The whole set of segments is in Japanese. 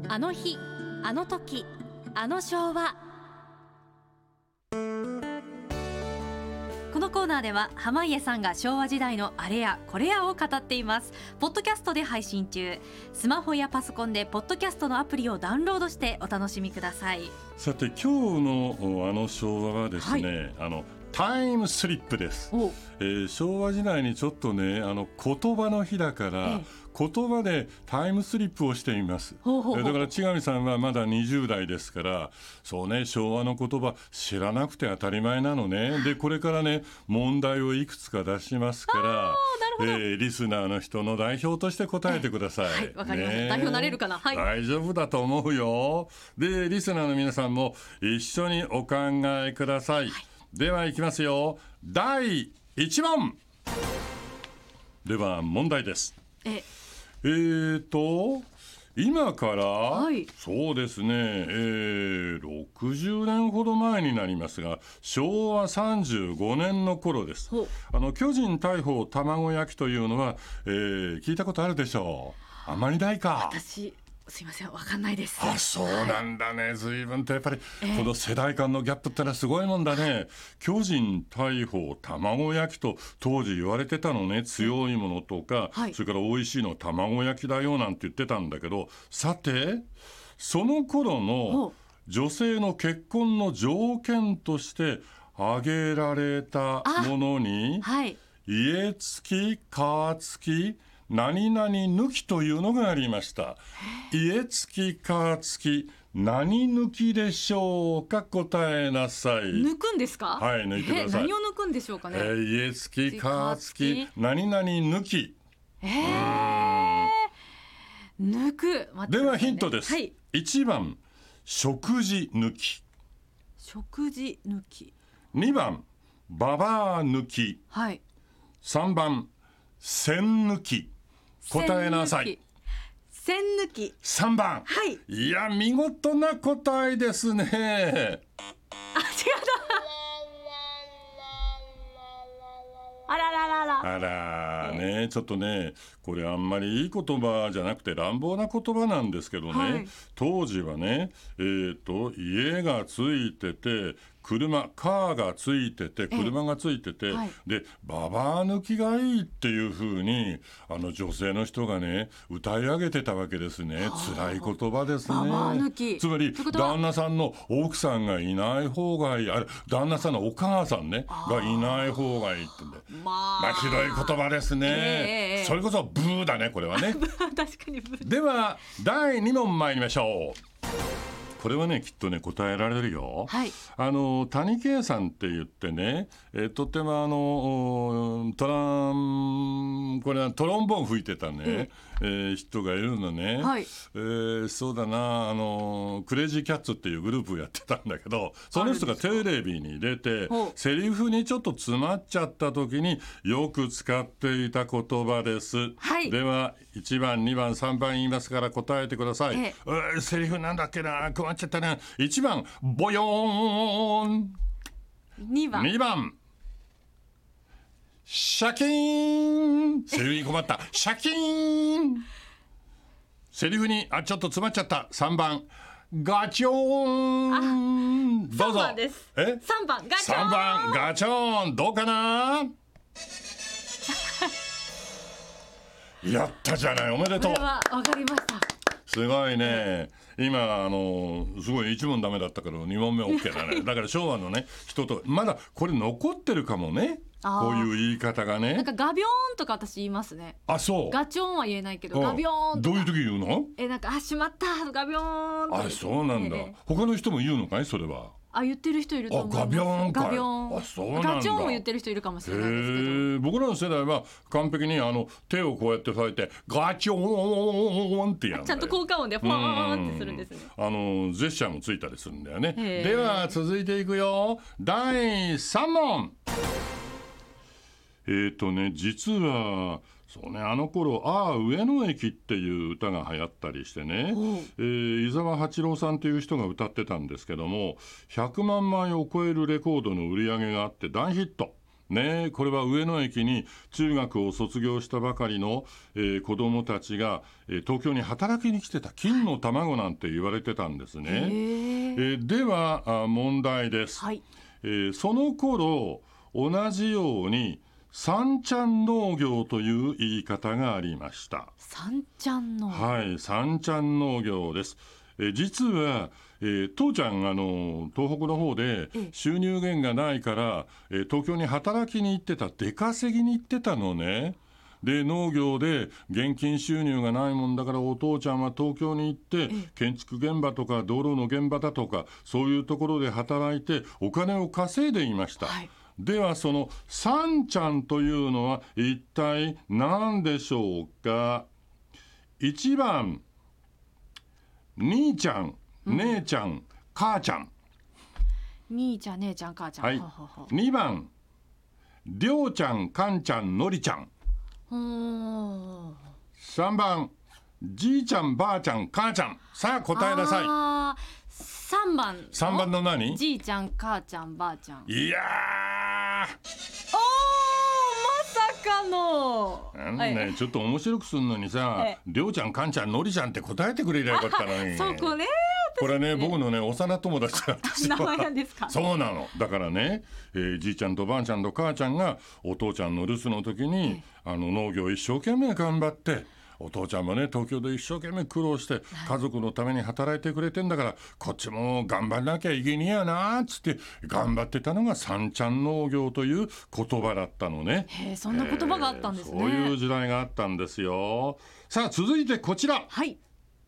あの日あの時あの昭和。このコーナーでは濱家さんが昭和時代のあれやこれやを語っています。ポッドキャストで配信中。スマホやパソコンでポッドキャストのアプリをダウンロードしてお楽しみください。 さて今日のあの昭和はですね、タイムスリップです。昭和時代にちょっとね言葉の日だから、言葉でタイムスリップをしています。だから千上さんはまだ20代ですから、そうね、昭和の言葉知らなくて当たり前なのね。でこれからね問題をいくつか出しますから、リスナーの人の代表として答えてください。 はい、わかりました。代表になれるかな。はい、 大丈夫だと思うよ。でリスナーの皆さんも一緒にお考えください。ではいきますよ。第1問では問題です。今から、そうですね、60年ほど前になりますが、昭和35年の頃です。巨人大砲卵焼きというのは、聞いたことあるでしょう。あまりないか。 私すいません、わかんないです。 あ、そうなんだね。随分とやっぱり、この世代間のギャップってのはすごいもんだね。巨人大砲卵焼きと当時言われてたのね。強いものとか、それから美味しいの卵焼きだよなんて言ってたんだけど、さてその頃の女性の結婚の条件として挙げられたものに、家付き家付き何々抜きというのがありました。家付き家付き何抜きでしょうか。答えなさい。 抜くんですか。 はい、抜いてください。 何を抜くんでしょうかね。 家付き家付き何々抜き。 抜く。 ではヒントです。1番食事抜き。 食事抜き。 2番ババア抜き。3番線抜き。答えなさい。 線抜き。 3番。いや見事な答えですね。 違う。あらららら。 あらね、ちょっとねこれあんまりいい言葉じゃなくて乱暴な言葉なんですけどね、当時はね家がついててカーがついてて車がついてて、でババア抜きがいいっていう風に女性の人がね歌い上げてたわけですね。辛い言葉ですね。 ババア抜き。 つまり旦那さんの奥さんがいない方がいい、旦那さんのお母さんねがいない方がいいってんで、ひどい言葉ですね。それこそブーだねこれはね。 確かにブー。 では第2問参りましょう。これはねきっとね答えられるよ。谷圭さんって言ってね、とってもこれはトロンボーン吹いてたね、人がいるのね。そうだなクレイジーキャッツっていうグループをやってたんだけど、その人がテレビに出てセリフにちょっと詰まっちゃった時によく使っていた言葉です。では1番2番3番言いますから答えてください。セリフなんだっけな、困っちゃったな。1番ボヨーン。2番シャキーン。セリフに困った。シャキーン。セリフにちょっと詰まっちゃった。3番ガチョーン。どうぞ。 3番です。3番ガチョーン。 3番ガチョーン。どうかな。やったじゃない、おめでとう。 これは分かりました。 すごいね。今すごい1問ダメだったから2問目 OK だね。だから昭和のね人とまだこれ残ってるかもね。こういう言い方がね。 なんかガビョーンとか私言いますね。 そう。 ガチョーンは言えないけどガビョーンとか。 どういう時言うの？ なんかしまったガビョーン。 そうなんだ。他の人も言うのかいそれは。 言ってる人いると思います。 ガビョーンかい。 ガビョーン。 そうなんだ。 ガチョーンも言ってる人いるかもしれないですけど。 僕らの世代は完璧に手をこうやって添えてガチョーンってやるんだよ。 ちゃんと効果音でファーンってするんですね。 ジェスチャーもついたりするんだよね。では続いていくよ。第3問。実はそうね、頃上野駅っていう歌が流行ったりしてね、伊沢八郎さんという人が歌ってたんですけども、100万枚を超えるレコードの売り上げがあって大ヒットね、これは上野駅に中学を卒業したばかりの、子どもたちが、東京に働きに来てた金の卵なんて言われてたんですね。では問題です、はい。その頃同じように三ちゃん農業という言い方がありました。 三ちゃん農業、 はい、三ちゃん農業です。実は、父ちゃん東北の方で収入源がないから、東京に働きに行ってた、出稼ぎに行ってたのね。で農業で現金収入がないもんだから、お父ちゃんは東京に行って建築現場とか道路の現場だとか、そういうところで働いてお金を稼いでいました、はい。ではその三ちゃんというのは一体何でしょうか。1番兄ちゃん、姉ちゃん、母ちゃん。 兄ちゃん、姉ちゃん、母ちゃん、 はい。2番りょうちゃん、かんちゃん、のりちゃん。3番じいちゃん、ばあちゃん、母ちゃん。さあ答えなさい。 3番の何？ じいちゃん、母ちゃん、ばあちゃん。 いやまさかのね、ちょっと面白くすんのにさ、りょうちゃん、かんちゃん、のりちゃんって答えてくれりゃよかったのに。 そこね、 これね、僕のね幼友達なんですよ。 名前なんですか？ そうなの。だからね、じいちゃんとばあちゃんと母ちゃんがお父ちゃんの留守の時に、農業一生懸命頑張って、お父ちゃんもね東京で一生懸命苦労して家族のために働いてくれてんだから、こっちも頑張らなきゃいけねえやなっつって頑張ってたのが三ちゃん農業という言葉だったのね。 そんな言葉があったんですね。 そういう時代があったんですよ。さあ続いてこちら。 はい。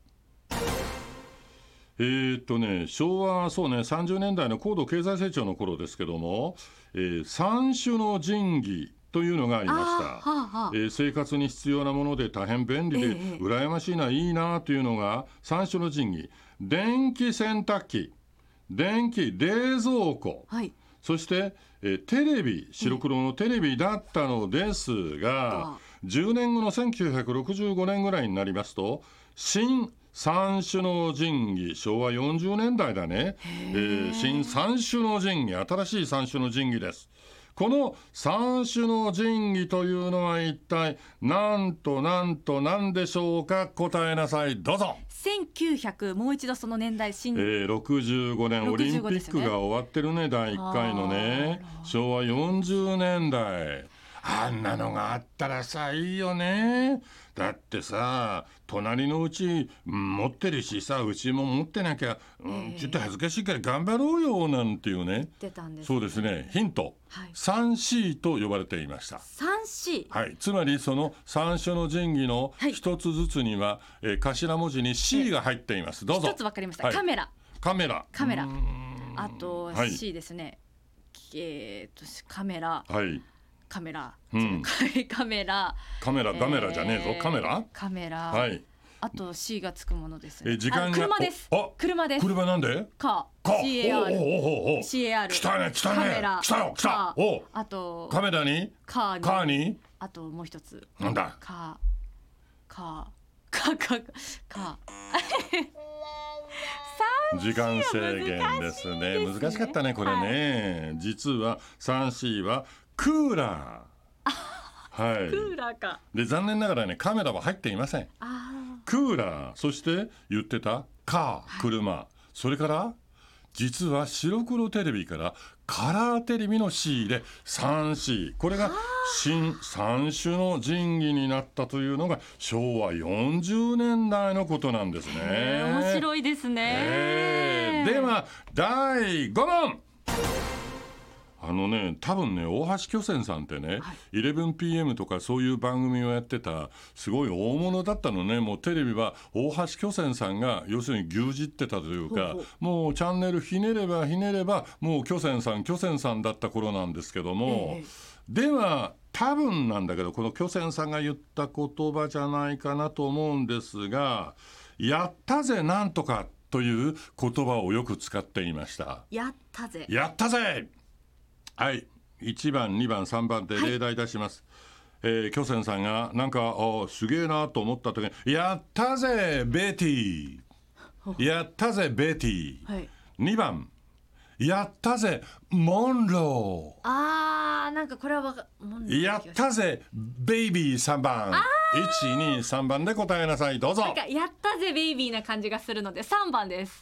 昭和そうね30年代の高度経済成長の頃ですけども、三種の神器というのがありました。生活に必要なもので大変便利で、羨ましいな、いいなというのが三種の神器。電気洗濯機、電気冷蔵庫、はい、そして、テレビ、白黒のテレビだったのですが、10年後の1965年ぐらいになりますと、新三種の神器、昭和40年代だね、新三種の神器、新しい三種の神器です。この三種の神器というのは一体なんとなんでしょうか。答えなさい、どうぞ。 1900、もう一度その年代、 65年オリンピックが終わってるね、第1回のね。昭和40年代、あんなのがあったらさいいよね。だってさ、隣のうち持ってるしさ、うちも持ってなきゃ、ちょっと恥ずかしいから頑張ろうよなんていうね。 出たんですね。 そうですね。ヒント、はい、3C と呼ばれていました。 3C、 はい、つまりその三種の神器の一つずつには、頭文字に C が入っています。どうぞ。 一つ分かりました、 はい、 カメラ、 あと C ですね、カメラ、 はい、 カメラ、 カメラダメラじゃねえぞ、カメラ、はい、 あと C がつくものですね。 時間が車です。車なんで？CAR、 来たね、 カメラ、 来た。 あとカメラにカーに、 あともう一つなんだ？ カー時間制限ですね。難しかったねこれね、はい、実は 3C はクーラーはい、 クーラーか。 で残念ながらねカメラは入っていません。クーラー、そして言ってたカー、車、はい、それから実は白黒テレビからカラーテレビの C で 3C、 これが新三種の神器になったというのが昭和40年代のことなんですね。 面白いですね。 では第5問。多分ね、大橋巨泉さんってね、はい、11PM とかそういう番組をやってたすごい大物だったのね。もうテレビは大橋巨泉さんが要するに牛耳ってたというか、もうチャンネルひねればもう巨泉さんだった頃なんですけども、では多分なんだけど、この巨泉さんが言った言葉じゃないかなと思うんですが、やったぜなんとかという言葉をよく使っていました。 やったぜ、 はい、1番2番3番で例題出します、巨泉さんがなんかすげえなと思った時に、やったぜベティ、やったぜベティ、はい、2番やったぜモンロー。 なんかこれはやったぜベイビー3番。123番で答えなさい。どうぞ。 なんかやったぜベイビーな感じがするので3番です。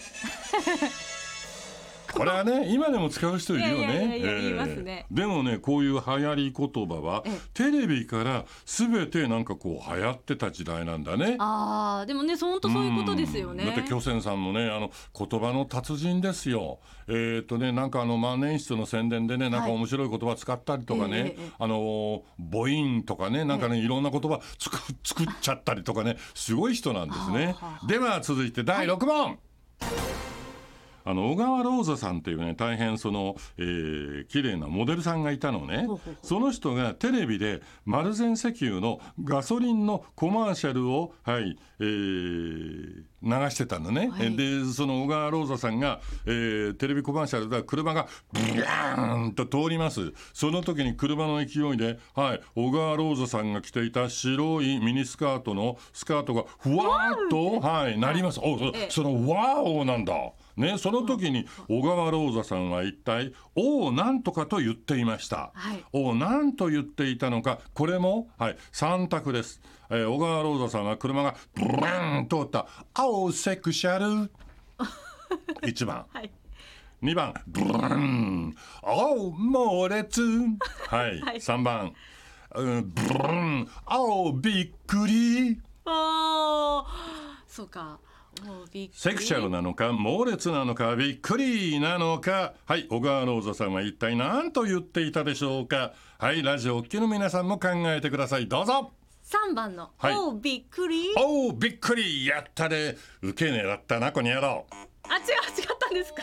これはね今でも使う人いるよね。 言いますね。 でもねこういう流行り言葉はテレビから全てなんかこう流行ってた時代なんだね。 でもね本当そういうことですよね。 だって巨泉さんもね言葉の達人ですよ。なんか万年筆の宣伝でねなんか面白い言葉使ったりとかね、母音とかねなんかねいろんな言葉作っちゃったりとかねすごい人なんですね。では続いて第6問。小川ローザさんっていうね大変綺麗なモデルさんがいたのね。その人がテレビで丸善石油のガソリンのコマーシャルを、流してたのね。でその小川ローザさんが、テレビコマーシャルで車がビャーンと通ります。その時に車の勢いで、小川ローザさんが着ていた白いミニスカートのスカートがふわーっと、なります。そのワーオなんだね、その時に小川ローザさんは一体なんとかと言っていました。なんと言っていたのか、これも、3択です。小川ローザさんは車がブーン通ったセクシャル1番、2番ブーン猛烈、3番ブーンびっくり。 そうかセクシャルなのか猛烈なのかびっくりなのか、小川ローザさんは一体何と言っていたでしょうか。ラジオお聞きの皆さんも考えてください。どうぞ。 3番のびっくり。びっくり。 やったで受け狙ったなこにやろう。 違ったんですか。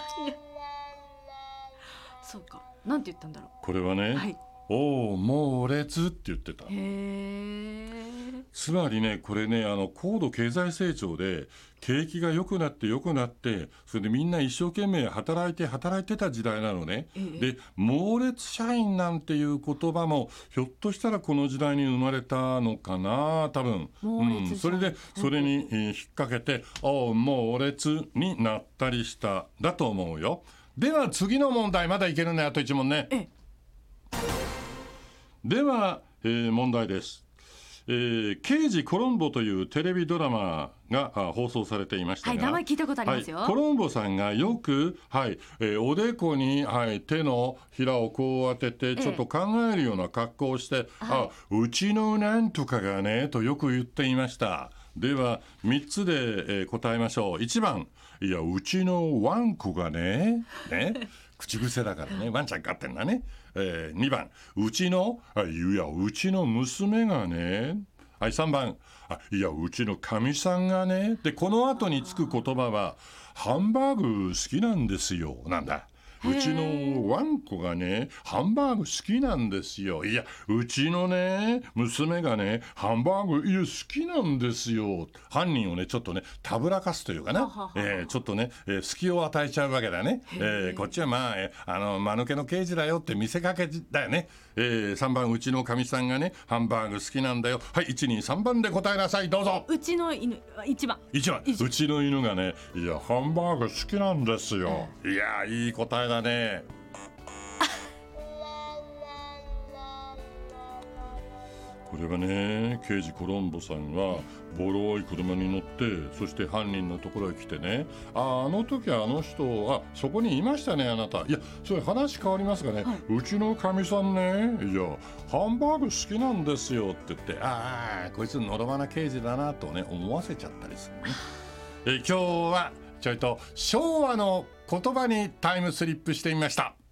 そうかなんて言ったんだろう。 これはね、猛烈って言ってた。つまりねこれね高度経済成長で景気が良くなってそれでみんな一生懸命働いてた時代なのね。で猛烈社員なんていう言葉もひょっとしたらこの時代に生まれたのかな多分。それでそれに引っ掛けて猛烈になったりしただと思うよ。では次の問題まだいけるね。あと1問ね。では、問題です。刑事コロンボというテレビドラマが放送されていましたが、 名前聞いたことありますよ。 コロンボさんがよく、おでこに、手のひらをこう当ててちょっと考えるような格好をして、うちのなんとかがねとよく言っていました。では3つで、答えましょう。1番いやうちのワンコがね口癖だからねワンちゃん飼ってんだね。2番うちの娘がね。3番いやうちのかみさんがね。でこの後につく言葉はハンバーグ好きなんですよなんだ。うちのワンコがねハンバーグ好きなんですよ。いやうちのね娘がねハンバーグ好きなんですよ。犯人をねちょっとねたぶらかすというかな、ちょっとね、隙を与えちゃうわけだね。こっちはまあ間抜けの刑事だよって見せかけだよね。3番うちのかみさんがねハンバーグ好きなんだよ。123番で答えなさい。どうぞ。 うちの犬1番うちの犬がねいやハンバーグ好きなんですよ。いやいい答えだね。これはね刑事コロンボさんがボロい車に乗ってそして犯人のところへ来てねあの時あの人そこにいましたねあなた。いやそれ話変わりますがね、うちのかみさんねいやハンバーグ好きなんですよって言ってこいつのろまな刑事だなとね思わせちゃったりするね。今日はちょいと昭和の言葉にタイムスリップしてみました。